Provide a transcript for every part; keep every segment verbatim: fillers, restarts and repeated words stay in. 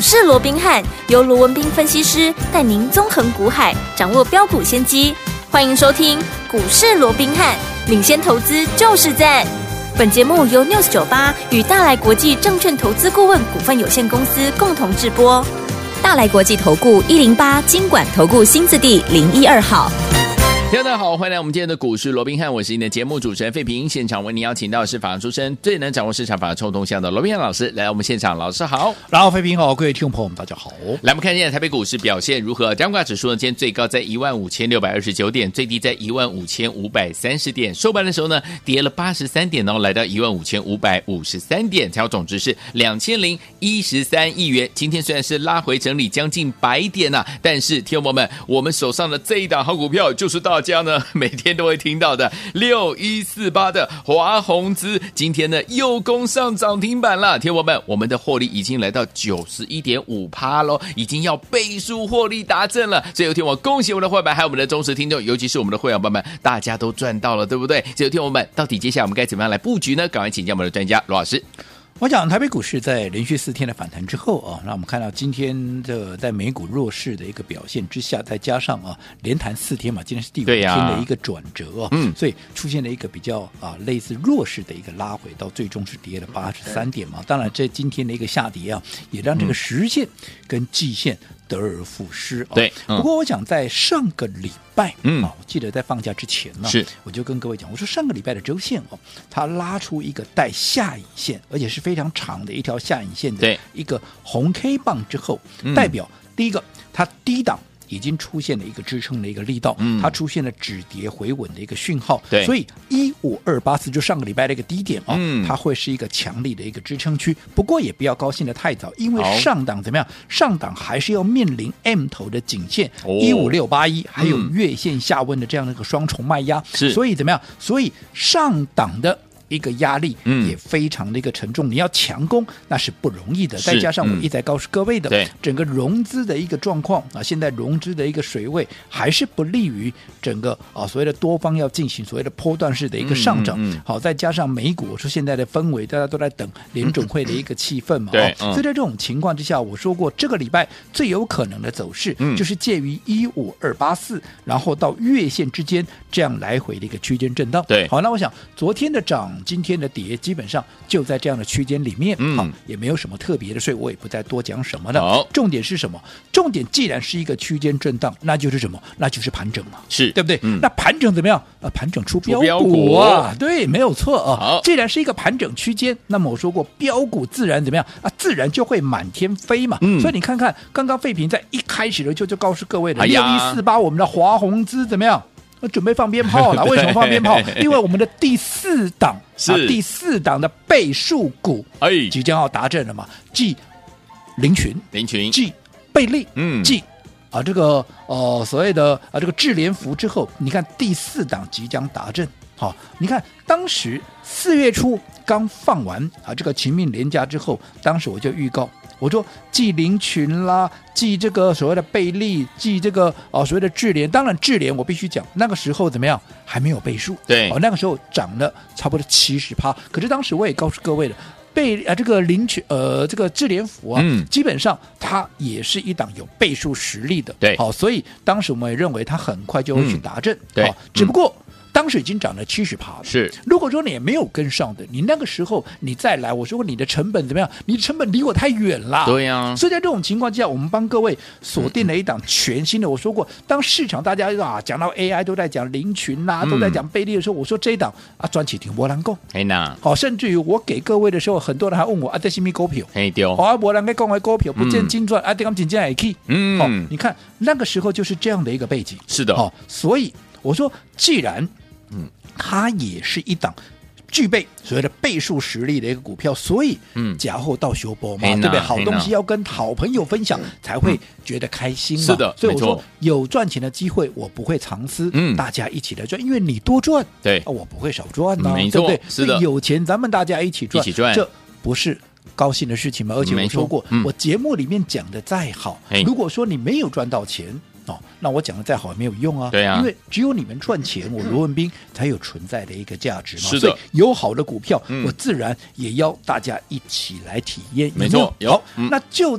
市罗宾汉由罗文彬分析师带您纵横股海，掌握标股先机。欢迎收听股市罗宾汉，领先投资就是赞。本节目由 News 九十八与大来国际证券投资顾问股份有限公司共同制播。大来国际投顾一零八金管投顾新字第零一二号。 听众大家好，欢迎来我们今天的股市罗宾汉，我是你的节目主持人费平。现场为您邀请到的是法律出身、最能掌握市场法律冲动向的罗宾汉老师来到我们现场。老师好。 然后费平好，各位听众朋友们大家好。 来，我们看一下台北股市表现如何？加权指数呢，今天最高在一万五千六百二十九点，最低在一万五千五百三十点，收盘的时候呢，跌了八十三点，然后来到一万五千五百五十三点，成交总值是两千零一十三亿元。今天虽然是拉回整理将近百点啊，但是听众朋友们，我们手上的这一档好股票就是大家呢每天都会听到的六一四八的华宏资，今天呢又攻上涨停板了。听众朋友们，我们的获利已经来到 百分之九十一点五 咯，已经要倍数获利达阵了。所以有天我恭喜我们的会员还有我们的忠实听众，尤其是我们的会员朋友们，大家都赚到了，对不对？所以有天我们到底接下来我们该怎么样来布局呢？赶快请教我们的专家罗老师。 我讲台北股市在连续四天的反弹之后啊，那我们看到今天的在美股弱势的一个表现之下，再加上啊连弹四天嘛，今天是第五天的一个转折啊，嗯，所以出现了一个比较啊类似弱势的一个拉回，到最终是跌了八十三点嘛。当然，这今天的一个下跌啊，也让这个实线跟季线得而复失啊。 对，嗯、 不过我讲在上个礼拜， 嗯， 啊，我记得在放假之前呢， 是我就跟各位讲，我说上个礼拜的周线哦，它拉出一个带下影线，而且是非常长的一条下影线的一个红 K 棒之后，代表第一个它低档已经出现了一个支撑的一个力道，嗯、它出现了止跌回稳的一个讯号， 对， 所以一五二八四就上个礼拜的一个低点哦，嗯、它会是一个强力的一个支撑区。不过也不要高兴的太早，因为上档怎么样？上档还是要面临 M 头的颈线一五六八一，还有月线下温的这样的一个双重卖压， 是， 所以怎么样？所以上档的一个压力也非常的一个沉重，嗯、你要强攻那是不容易的。再加上我一再告诉各位的，嗯、整个融资的一个状况啊，现在融资的一个水位还是不利于整个啊所谓的多方要进行所谓的波段式的一个上涨。嗯嗯嗯、好，再加上美股，我说现在的氛围大家都在等联准会的一个气氛嘛，对，哦嗯、所以在这种情况之下，我说过这个礼拜最有可能的走势，嗯、就是介于一五二八四，然后到月线之间这样来回的一个区间震荡。 对， 好，那我想昨天的涨，今天的跌基本上就在这样的区间里面，嗯，好，也没有什么特别的，所以我也不再多讲什么了。 好， 重点是什么？重点既然是一个区间震荡，那就是什么？那就是盘整嘛， 是对不对？ 嗯、 那盘整怎么样？呃，盘整出标股啊，对，没有错啊。 好， 既然是一个盘整区间，那么我说过，标股自然怎么样啊？自然就会满天飞嘛。嗯、所以你看看，刚刚废品在一开始的就就告诉各位的，六一四八我们的华宏资怎么样？准备放鞭炮了，为什么放鞭炮？因为我们的第四档是、啊、第四档的倍数股，哎，即将要达阵了嘛，继林群、 林群， 继贝利， 嗯， 继啊这个呃所谓的啊这个智联福之后，你看第四档即将达阵。好，你看当时四月初刚放完啊这个勤命连假之后，当时我就预告。我说继林群啦，继这个所谓的贝利，继这个哦所谓的智联，当然智联我必须讲，那个时候怎么样还没有倍数， 对， 哦那个时候涨了差不多七十趴，可是当时我也告诉各位了，贝啊这个林群呃这个智联福啊，嗯、基本上它也是一档有倍数实力的， 对， 好、哦，所以当时我们也认为它很快就会去达阵， 嗯、对、 哦，只不过。嗯当时已经涨了七十趴了， 是。 如果说你也没有跟上的，你那个时候你再来，我说过你的成本怎么样？你的成本离我太远了， 对呀、啊。 所以在这种情况之下，我们帮各位锁定了一档全新的。我说过，当市场大家啊讲到 A I 都在讲林群啦、啊，都在讲贝利的时候，我说这一档啊赚起挺波兰够， 哎呐， 好，甚至于我给各位的时候，很多人还问我啊，这是咪股票？ 哎丢， 好啊，波兰给讲的股票不见金赚，啊，这个紧接着 key， 嗯， 好，你看那个时候就是这样的一个背景， 是的， 好，所以我说既然嗯。它也是一档具备所谓的倍数实力的一个股票，所以嗯，假后到修波嘛，对不对？好东西要跟好朋友分享，才会觉得开心嘛。 是的， 所以我说有赚钱的机会，我不会藏私，嗯，大家一起来赚，因为你多赚， 对， 啊、我不会少赚呐、啊， 没错， 对不对？ 是的， 有钱咱们大家一起赚， 一起赚， 这不是高兴的事情吗？而且我说过，嗯、我节目里面讲的再好，如果说你没有赚到钱。哦，那我讲的再好也没有用啊， 对啊， 因为只有你们赚钱，我罗文彬才有存在的一个价值嘛。 是的， 所以有好的股票， 嗯、 我自然也要大家一起来体验。 没错，有。 好， 嗯、 那就在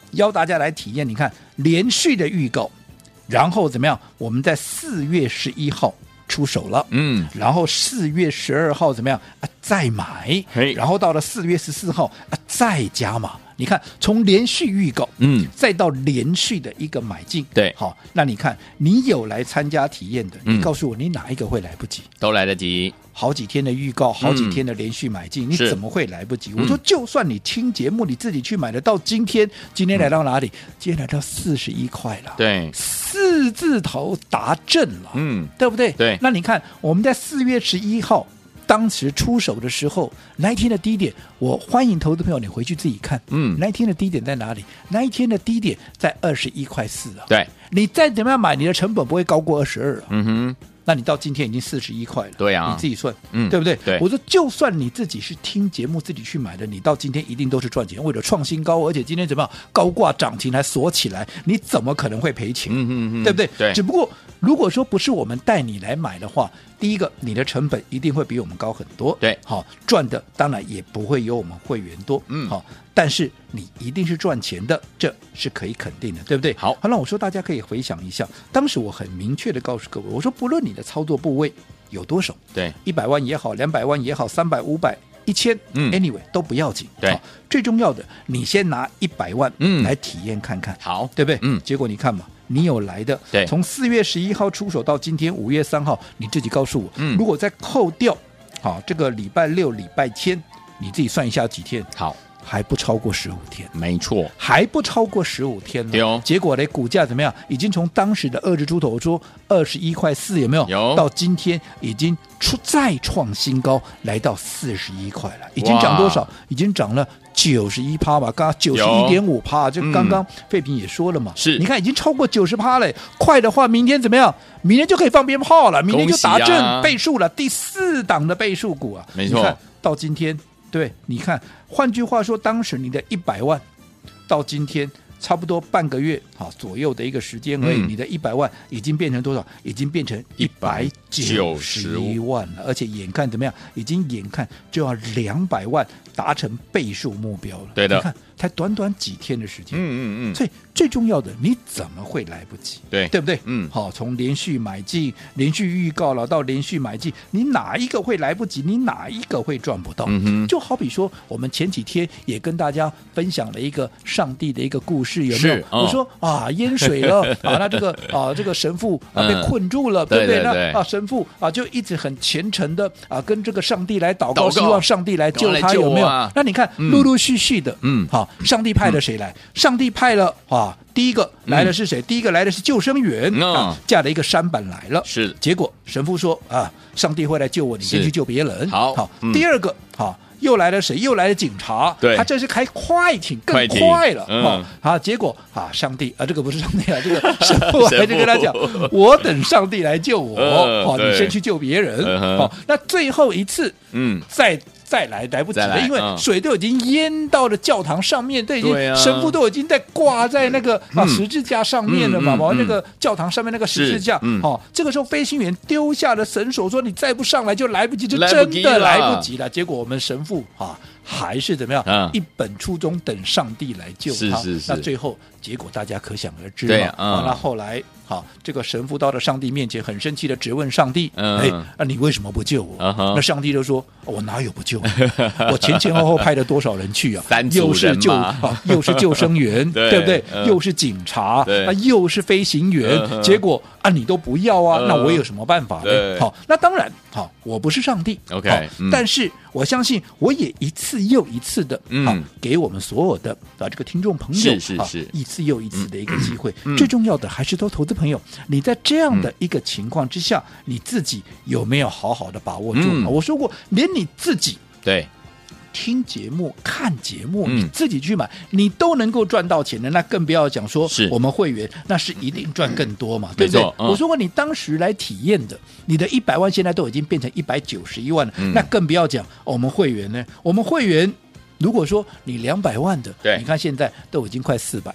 邀大家来体验，你看连续的预告，然后怎么样？我们在四月十一号出手了，嗯，然后四月十二号怎么样啊？再买，然后到了四月十四号啊，再加码。你看，从连续预告，嗯，再到连续的一个买进， 对， 好，那你看，你有来参加体验的，你告诉我，你哪一个会来不及？ 都来得及。 好几天的预告，好几天的连续买进，嗯、你怎么会来不及？我说，就算你听节目，你自己去买的，到今天，今天来到哪里？嗯、今天来到四十一块了， 对， 四字头达阵了，嗯，对不对？ 对。 那你看，我们在四月十一号。当时出手的时候，那一天的低点，我欢迎投资朋友你回去自己看。嗯，那一天的低点在哪里？那一天的低点在二十一块四啊。 对， 你再怎么样买，你的成本不会高过二十二啊。 嗯哼， 那你到今天已经四十一块了。 对啊， 你自己算， 嗯， 对不对？ 对， 我说就算你自己是听节目自己去买的，你到今天一定都是赚钱，为了创新高，而且今天怎么样高挂涨停还锁起来，你怎么可能会赔钱？嗯嗯嗯，对不对？ 对， 只不过如果说不是我们带你来买的话，第一个，你的成本一定会比我们高很多， 对， 好赚的当然也不会有我们会员多，嗯，好，但是你一定是赚钱的，这是可以肯定的，对不对？ 好， 好，那我说大家可以回想一下，当时我很明确的告诉各位，我说不论你的操作部位有多少， 对， 一百万也好，两百万也好，三百、五百、一千，嗯 ，anyway 都不要紧， 对， 最重要的，你先拿一百万，嗯，来体验看看， 好， 对不对？ 嗯， 结果你看嘛。你有来的， 对， 从四月十一号出手到今天五月三号，你自己告诉我，嗯，如果再扣掉，好，这个礼拜六、礼拜天，你自己算一下几天？ 好， 还不超过十五天， 没错， 还不超过十五天呢。 有， 结果呢，股价怎么样？已经从当时的二十出头，我说二十一块四，有没有？ 有， 到今天已经出再创新高，来到四十一块了，已经涨多少？已经涨了。九十一趴吧，刚刚九十一点五趴，就刚刚废品也说了嘛， 是、 嗯，你看已经超过九十趴了，快的话明天怎么样？明天就可以放鞭炮了，明天就达阵、啊、倍数了，第四档的倍数股啊， 没错。 你看到今天，对，你看，换句话说，当时你的一百万到今天。差不多半个月好左右的一个时间而已，嗯、你的一百万已经变成多少？已经变成一百九十一万了，而且眼看怎么样？已经眼看就要两百万达成倍数目标了。 对的， 你看才短短几天的时间， 嗯嗯嗯， 所以最重要的，你怎么会来不及？ 对， 对不对？ 嗯， 好，从连续买进、连续预告了到连续买进，你哪一个会来不及？你哪一个会赚不到？ 嗯哼， 就好比说，我们前几天也跟大家分享了一个上帝的一个故事，有没有？ 哦、 我说啊，淹水了啊，那这个啊，这个神父啊被困住了，嗯、对不对？ 对对对那啊，神父啊就一直很虔诚的啊跟这个上帝来祷告，希望上帝来救他，有没有？ 啊、 那你看， 嗯、 陆陆续续的，嗯，好，上帝派了谁来？ 嗯、 上帝派了啊。第一个来的是谁？嗯、第一个来的是救生员， 嗯、 啊，架了一个舢板来了。 是， 结果神父说啊，上帝会来救我，你先去救别人。 好， 好， 嗯、 第二个好。又来了谁？又来了警察。 对， 他这是开快艇，更快了。嗯、哦，好，结果啊，上帝啊，这个不是上帝啊，这个神父还就跟他讲，我等上帝来救我。 嗯、 哦，你先去救别人。 嗯、 哦，那最后一次， 嗯， 再。再来来不及了，因为水都已经淹到了教堂上面，都已经神父都已经在挂在那个啊十字架上面了嘛，往那个教堂上面那个十字架，哦，这个时候飞行员丢下了绳索，说你再不上来就来不及，就真的来不及了。结果我们神父啊还是怎么样，一本初衷等上帝来救他。那最后结果大家可想而知嘛。那后来。好，这个神父到了上帝面前，很生气的质问上帝：“哎、嗯，那、啊、你为什么不救我？” uh-huh. 那上帝就说：“我哪有不救你？我前前后后派了多少人去啊？又是救啊，又是救生员，对, 对不对？嗯、又是警察，啊，又是飞行员，嗯、结果啊，你都不要啊，嗯、那我有什么办法呢？好，那当然，好，我不是上帝 ，OK，、嗯、 但是我相信，我也一次又一次的，嗯、好，给我们所有的啊这个听众朋友， 是是是， 一次又一次的一个机会。 嗯、 最重要的还是都投资。朋友，你在这样的一个情况之下，嗯、你自己有没有好好的把握住？嗯、我说过，连你自己对听节目、看节目，嗯、你自己去买，你都能够赚到钱的，那更不要讲说我们会员，那是一定赚更多嘛，对不对？嗯、我说过，你当时来体验的，你的一百万现在都已经变成一百九十一万了，嗯、那更不要讲、哦、我们会员呢，我们会员如果说你两百万的， 对， 你看现在都已经快四百了。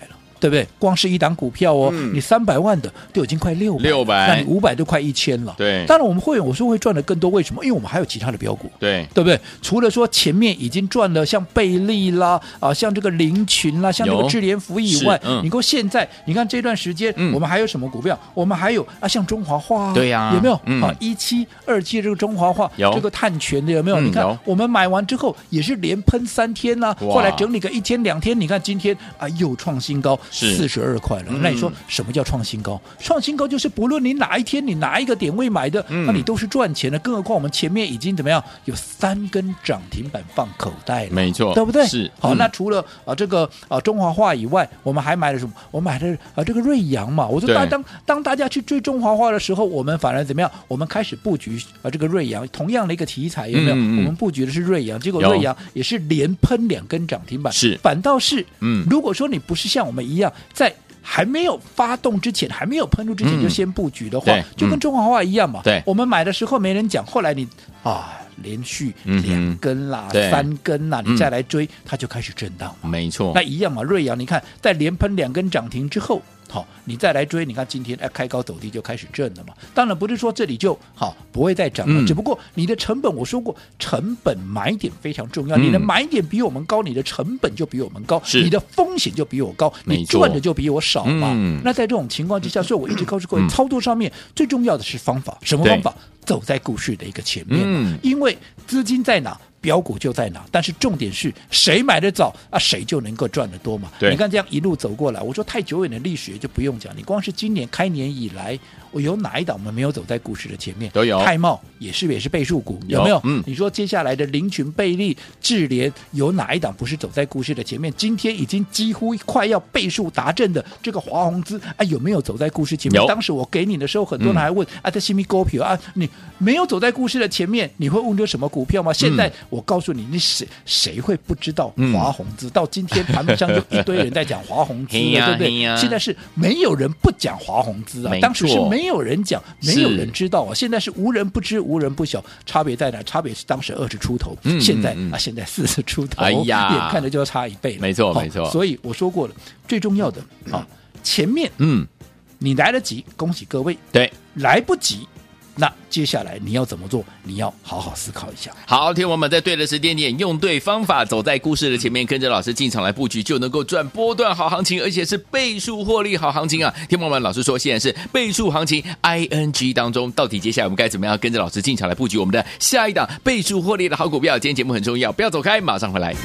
对不对？光是一档股票哦，嗯、你三百万的都已经快六百， 六百， 那你五百都快一千了。 对， 当然我们会员我说会赚的更多，为什么？因为我们还有其他的标股， 对， 对不对？除了说前面已经赚了像贝利啦啊，像这个林群啦，像这个智联福以外，嗯、你说现在你看这段时间、嗯、我们还有什么股票？我们还有啊，像中华化、啊， 对呀、啊， 有没有？ 嗯、 啊，一七二七这个中华化，这个碳权的有没有？ 嗯、 你看我们买完之后也是连喷三天啦、啊，后来整理个一天两天，你看今天啊又创新高，四十二块了。嗯、那你说什么叫创新高？创新高就是不论你哪一天你哪一个点位买的，嗯、那你都是赚钱的。更何况我们前面已经怎么样，有三根涨停板放口袋了， 没错， 对不对？ 是好， 嗯、 那除了啊这个啊中华化以外，我们还买了什么？我买的啊这个瑞阳嘛。我说当当当大家去追中华化的时候，我们反而怎么样？我们开始布局啊这个瑞阳，同样的一个题材有没有？嗯嗯我们布局的是瑞阳，结果瑞阳也是连喷两根涨停板， 是反倒是嗯， 如果说你不是像我们一样在还没有发动之前，还没有喷出之前就先布局的话， 嗯、 就跟中华化一样嘛。 对， 我们买的时候没人讲，后来你啊连续两根啦、嗯、三根啦，你再来追，嗯、它就开始震荡嘛。 没错， 那一样嘛。瑞阳，你看在连喷两根涨停之后。好，你再来追，你看今天哎开高走低就开始震了嘛。当然不是说这里就好不会再涨了，嗯、只不过你的成本我说过，成本买点非常重要。嗯、你的买点比我们高，你的成本就比我们高，你的风险就比我高，你赚的就比我少嘛。嗯、那在这种情况之下，所以我一直告诉各位，嗯、操作上面最重要的是方法，什么方法？走在故事的一个前面嘛，嗯、因为资金在哪？标股就在哪，但是重点是谁买得早啊，谁就能够赚得多嘛。你看这样一路走过来，我说太久远的历史就不用讲，你光是今年开年以来，我有哪一档我们没有走在故事的前面？ 都有。 泰茂也是也是倍数股，有没有？嗯。你说接下来的林群、贝利、智联有哪一档不是走在故事的前面？今天已经几乎快要倍数达阵的这个华宏资啊，有没有走在故事前面？当时我给你的时候，很多人还问、嗯、啊，这什么股票啊？你没有走在故事的前面，你会问这什么股票吗？现在、嗯。我告诉你，你谁谁会不知道华宏资？嗯、到今天盘面上就一堆人在讲华宏资了，对不对？现在是没有人不讲华宏资啊，当时是没有人讲，没有人知道啊。现在是无人不知，无人不晓。差别在哪？差别是当时二十出头，嗯、现在、嗯、啊，现在四十出头，哎呀，眼看着就要差一倍了。 没错，没错。 所以我说过了，最重要的啊，前面嗯，你来得及，恭喜各位； 对， 来不及。那接下来你要怎么做？你要好好思考一下。 好，听我们在对的时间点，用对方法，走在故事的前面，跟着老师进场来布局，就能够赚波段好行情，而且是倍数获利好行情啊！听我们老师说，现在是倍数行情 I N G 当中，到底接下来我们该怎么样跟着老师进场来布局我们的下一档倍数获利的好股票？今天节目很重要，不要走开，马上回来。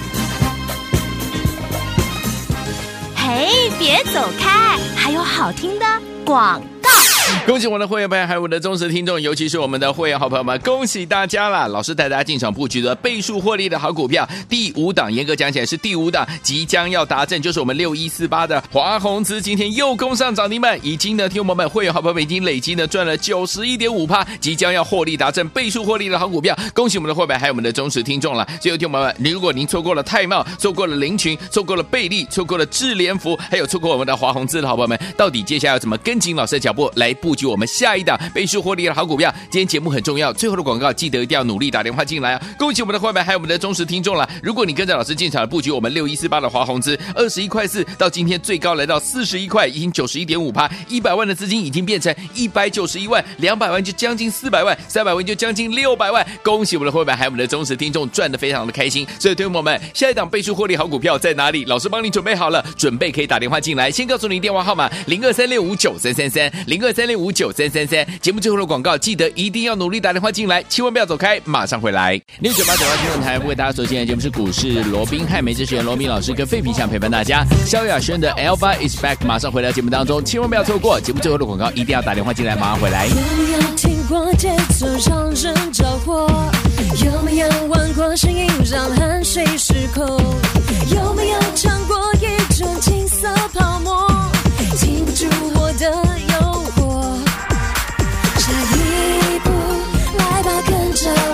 嘿，别走开，还有好听的广告。 恭喜我们的会员朋友还有我们的忠实听众，尤其是我们的会员好朋友们，恭喜大家啦！老师带大家进场布局的倍数获利的好股票，第五档，严格讲起来是第五档，即将要达阵，就是我们六一四八的华宏资，今天又攻上涨停板，已经呢，听我们会员好朋友们已经累积呢赚了 百分之九十一点五， 即将要获利达阵，倍数获利的好股票，恭喜我们的会员还有我们的忠实听众了。所以听我们，如果您错过了泰茂，错过了林群，错过了贝利，错过了智联福，还有错过我们的华宏资的好朋友们，到底接下来要怎么跟紧老师的脚步来布局我们下一档倍数获利的好股票？今天节目很重要，最后的广告记得一定要努力打电话进来啊！恭喜我们的会员还有我们的忠实听众了。如果你跟着老师进场的布局我们六一四八的华宏资，二十一块四到今天最高来到四十一块，已经 百分之九十一点五， 一百万的资金已经变成一百九十一万，两百万就将近四百万，三百万就将近六百万。恭喜我们的会员还有我们的忠实听众，赚得非常的开心。所以对我们下一档倍数获利好股票在哪里？老师帮你准备好了，准备可以打电话进来。先告诉你电话号码零二三六五九三三三 零二三六五九三三三。节目最后的广告记得一定要努力打电话进来，千万不要走开，马上回来。六九八九八新闻台为大家所进的节目是股市罗宾汉，美之选罗宾老师跟费皮想陪伴大家。萧亚轩的 Alpha is back 马上回到节目当中，千万不要错过。节目最后的广告一定要打电话进来，马上回来。 有没有听过节奏让人着火？有没有闻过声音让汗水失控？有没有尝过一种金色泡沫？禁不住我的诱惑。下一步，来吧，跟着我。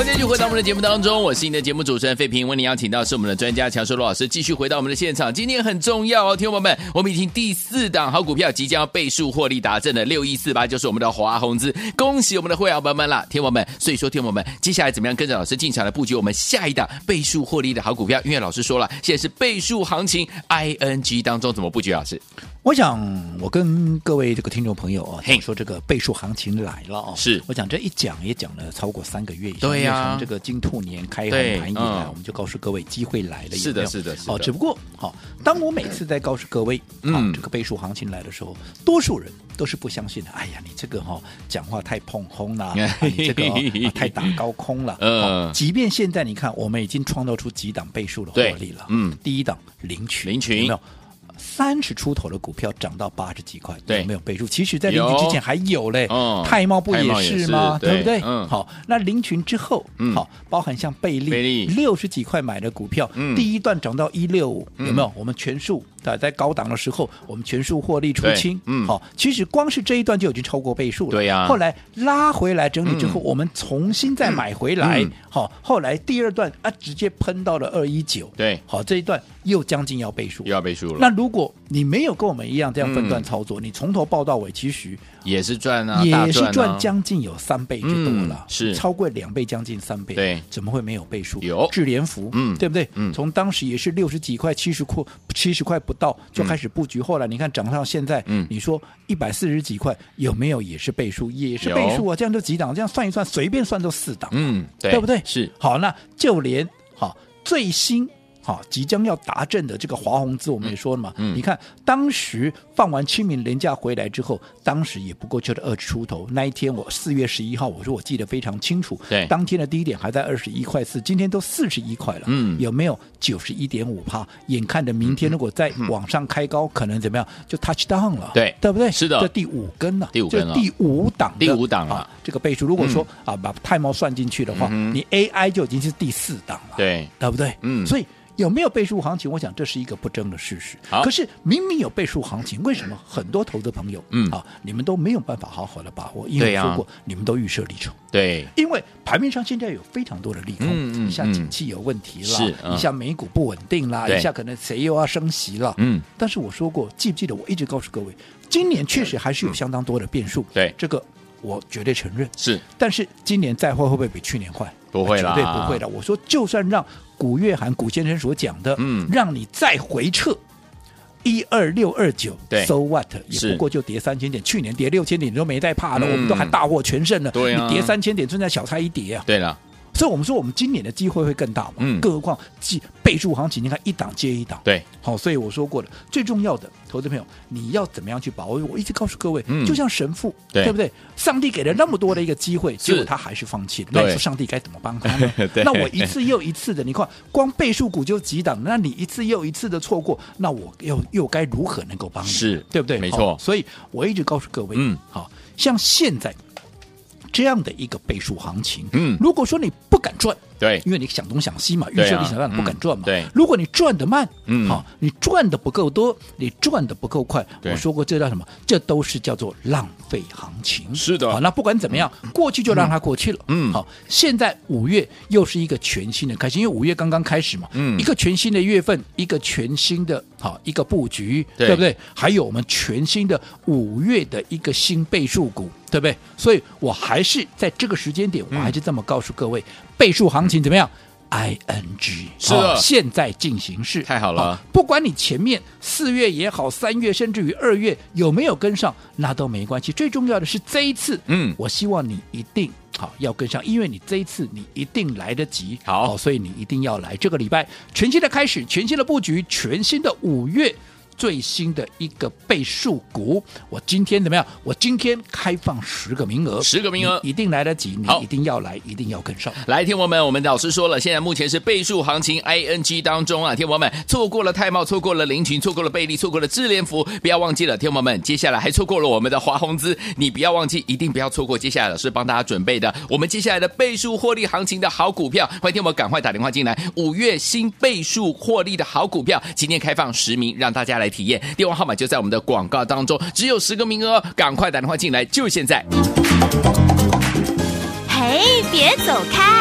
欢迎继续回到我们的节目当中，我是你的节目主持人费平，为您邀请到是我们的专家强硕罗老师，继续回到我们的现场。今天很重要哦，听众朋友们，我们已经第四档好股票即将要倍数获利达阵了，六一四八就是我们的华宏资，恭喜我们的会员朋友们啦，听众朋友们。所以说，听众朋友们，接下来怎么样跟着老师进场来布局我们下一档倍数获利的好股票？因为老师说了，现在是倍数行情 I N G 当中怎么布局？老师， 我想我跟各位这个听众朋友啊，说这个倍数行情来了哦， 是我讲这一讲也讲了超过三个月以上， 对呀、啊， 从这个金兔年开红盘以来、嗯，我们就告诉各位机会来了， 是的，是的，是的。 哦，只不过好、哦，当我每次在告诉各位，嗯、哦，这个倍数行情来的时候，多数人都是不相信的。哎呀，你这个哈、哦、讲话太碰轰了，你这个、哦啊、太打高空了。嗯、哦，即便现在你看，我们已经创造出几档倍数的获利了。嗯，第一档林群， 林群有没有？三十出头的股票涨到八十几块， 对， 有没有倍数？其实，在林群之前还有嘞，哦、泰茂不也是吗？ 对, 对不对？ 嗯， 好，那林群之后，嗯，好，包含像贝利六十几块买的股票，嗯，第一段涨到一六五，有没有？我们全数在高档的时候，我们全数获利出清，嗯，好，其实光是这一段就已经超过倍数了， 对呀、啊。 后来拉回来整理之后，嗯、我们重新再买回来，嗯、好，后来第二段啊，直接喷到了二一九， 对， 好，这一段又将近要倍数， 又要倍数了。 那如果你没有跟我们一样这样分段操作，嗯、你从头报到尾，其实也是赚啊， 也是赚将近有三倍之多了， 嗯、是超过两倍，将近三倍。 对， 怎么会没有倍数？ 有智联福，嗯，对不对？嗯，从当时也是六十几块、七十块、七十块不到就开始布局，嗯、后来你看涨到现在，嗯，你说一百四十几块，有没有也是倍数？也是倍数啊！这样就几档，这样算一算，随便算都四档， 嗯，对， 对不对？ 是。好， 那就连好最新。好，即将要达阵的这个华宏资，我们也说了嘛，嗯、你看当时放完清明连假回来之后，当时也不过就是二十出头。那一天我四月十一号，我说我记得非常清楚， 对， 当天的低点还在二十一块四，今天都四十一块了，嗯，有没有九十一点五趴？眼看着明天如果再往上开高，嗯、可能怎么样就 touch down 了， 对， 对不对？ 是的， 这第五根了， 第五根了， 第五档， 第五档啊，这个倍数，如果说、嗯、啊把泰茂算进去的话，嗯、你 A I 就已经是第四档了， 对， 对不对？嗯，所以。有没有倍数行情？我想这是一个不争的事实。可是明明有倍数行情，为什么很多投资朋友，嗯啊，你们都没有办法好好的把握？因为我说过，你们都预设立场。 对， 因为盘面上现在有非常多的利空，嗯嗯，一下景气有问题啦，是、嗯，一下美股不稳定啦，一下可能谁又要升息了，嗯。但是我说过，记不记得我一直告诉各位，今年确实还是有相当多的变数。 对、嗯， 这个我绝对承认。 是， 但是今年再坏会不会比去年坏？ 不会啦， 绝对不会的。我说，就算让古月涵古先生所讲的，嗯，让你再回撤一二六二九 ，so what？ 也不过就跌三千点，去年跌六千点你都没带怕了，嗯、我们都还大获全胜了。 对啊， 你跌三千点，正在小菜一碟啊。 对了。 所以我们说，我们今年的机会会更大嘛？嗯，更何况倍数行情，你看一档接一档， 对， 好，所以我说过了，最重要的，投资朋友，你要怎么样去把握？我一直告诉各位，嗯、就像神父，对，对不对？上帝给了那么多的一个机会，结果他还是放弃了。那你说上帝该怎么帮他呢？那我一次又一次的，你看，光倍数股就几档，那你一次又一次的错过，那我又又该如何能够帮你？ 是， 对不对？ 没错。 所以我一直告诉各位，嗯，好像现在这样的一个倍数行情，嗯，如果说你不敢赚， 对， 因为你想东想西嘛，预设立场让你不敢赚嘛， 对、啊嗯。 如果你赚得慢，嗯，好，你赚得不够多，你赚得不够快，我说过这叫什么？这都是叫做浪费行情。 是的， 好，那不管怎么样，嗯、过去就让它过去了，嗯，好，现在五月又是一个全新的开始，因为五月刚刚开始嘛，嗯，一个全新的月份，一个全新的好一个布局，对，对不对？还有我们全新的五月的一个新倍数股。对不对？所以我还是在这个时间点，我还是这么告诉各位，嗯、倍数行情怎么样 ？I N G 是的、哦， 现在进行式， 太好了、哦。 不管你前面四月也好，三月甚至于二月有没有跟上，那都没关系。最重要的是这一次，嗯，我希望你一定好要跟上，因为你这一次你一定来得及， 好， 哦、所以你一定要来。这个礼拜全新的开始，全新的布局，全新的五月。最新的一个倍数股，我今天怎么样？我今天开放十个名额， 十个名额一定来得及，你一定要来，一定要跟上。 来，听我们，我们老师说了，现在目前是倍数行情 I N G 当中啊，听我们错过了泰茂，错过了林群，错过了贝利，错过了智联福，不要忘记了，听我们，接下来还错过了我们的华宏资，你不要忘记，一定不要错过接下来老师帮大家准备的我们接下来的倍数获利行情的好股票，欢迎听我们赶快打电话进来，五月新倍数获利的好股票，今天开放十名，让大家来体验，电话号码就在我们的广告当中，只有十个名额，赶快打电话进来，就现在。 嘿，别走开，还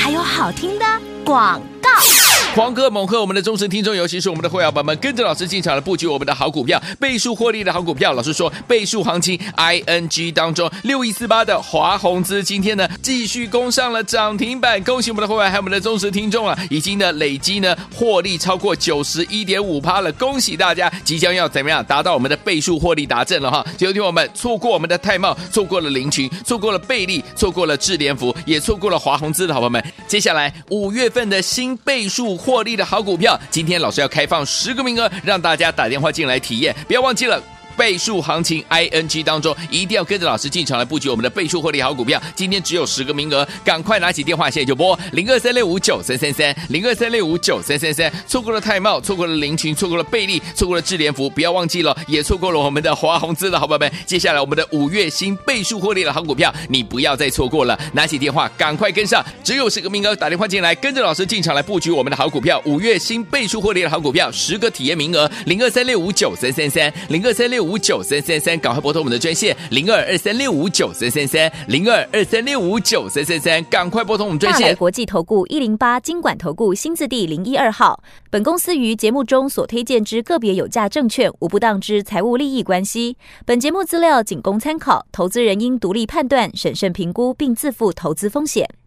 还有好听的广告。 狂贺猛贺我们的忠实听众，尤其是我们的会员宝宝们，跟着老师进场来布局我们的好股票，倍数获利的好股票。老师说倍数行情 I N G 当中六一四八的华宏资今天呢继续攻上了涨停板，恭喜我们的会员还有我们的忠实听众啊，已经呢累积呢获利超过 百分之九十一点五 了，恭喜大家即将要怎么样达到我们的倍数获利达阵了哈。有听我们错过我们的泰茂，错过了林群，错过了贝利，错过了智联福，也错过了华宏资的好朋友们，接下来五月份的新倍数获利的好股票，今天老师要开放十个名额，让大家打电话进来体验，不要忘记了。倍数行情 I N G 当中一定要跟着老师进场来布局我们的倍数获利好股票，今天只有十个名额，赶快拿起电话现在就拨零二三六五九三三三 零二三六五九三三三，错过了泰茂，错过了林群，错过了贝利，错过了智联福，不要忘记了，也错过了我们的华宏资的好朋友们。接下来我们的五月新倍数获利的好股票，你不要再错过了，拿起电话赶快跟上，只有十个名额，打电话进来跟着老师进场来布局我们的好股票，五月新倍数获利的好股票，十个体验名额零二三六五九三三三 零二三六五九三三三，赶快拨通我们的专线零二二三六五九三三三 零二二三六五九三三三，赶快拨通我们专线。 大来国际投顾一零八金管投顾新字第零一二号，本公司于节目中所推荐之个别有价证券无不当之财务利益关系，本节目资料仅供参考，投资人应独立判断、审慎评估并自负投资风险。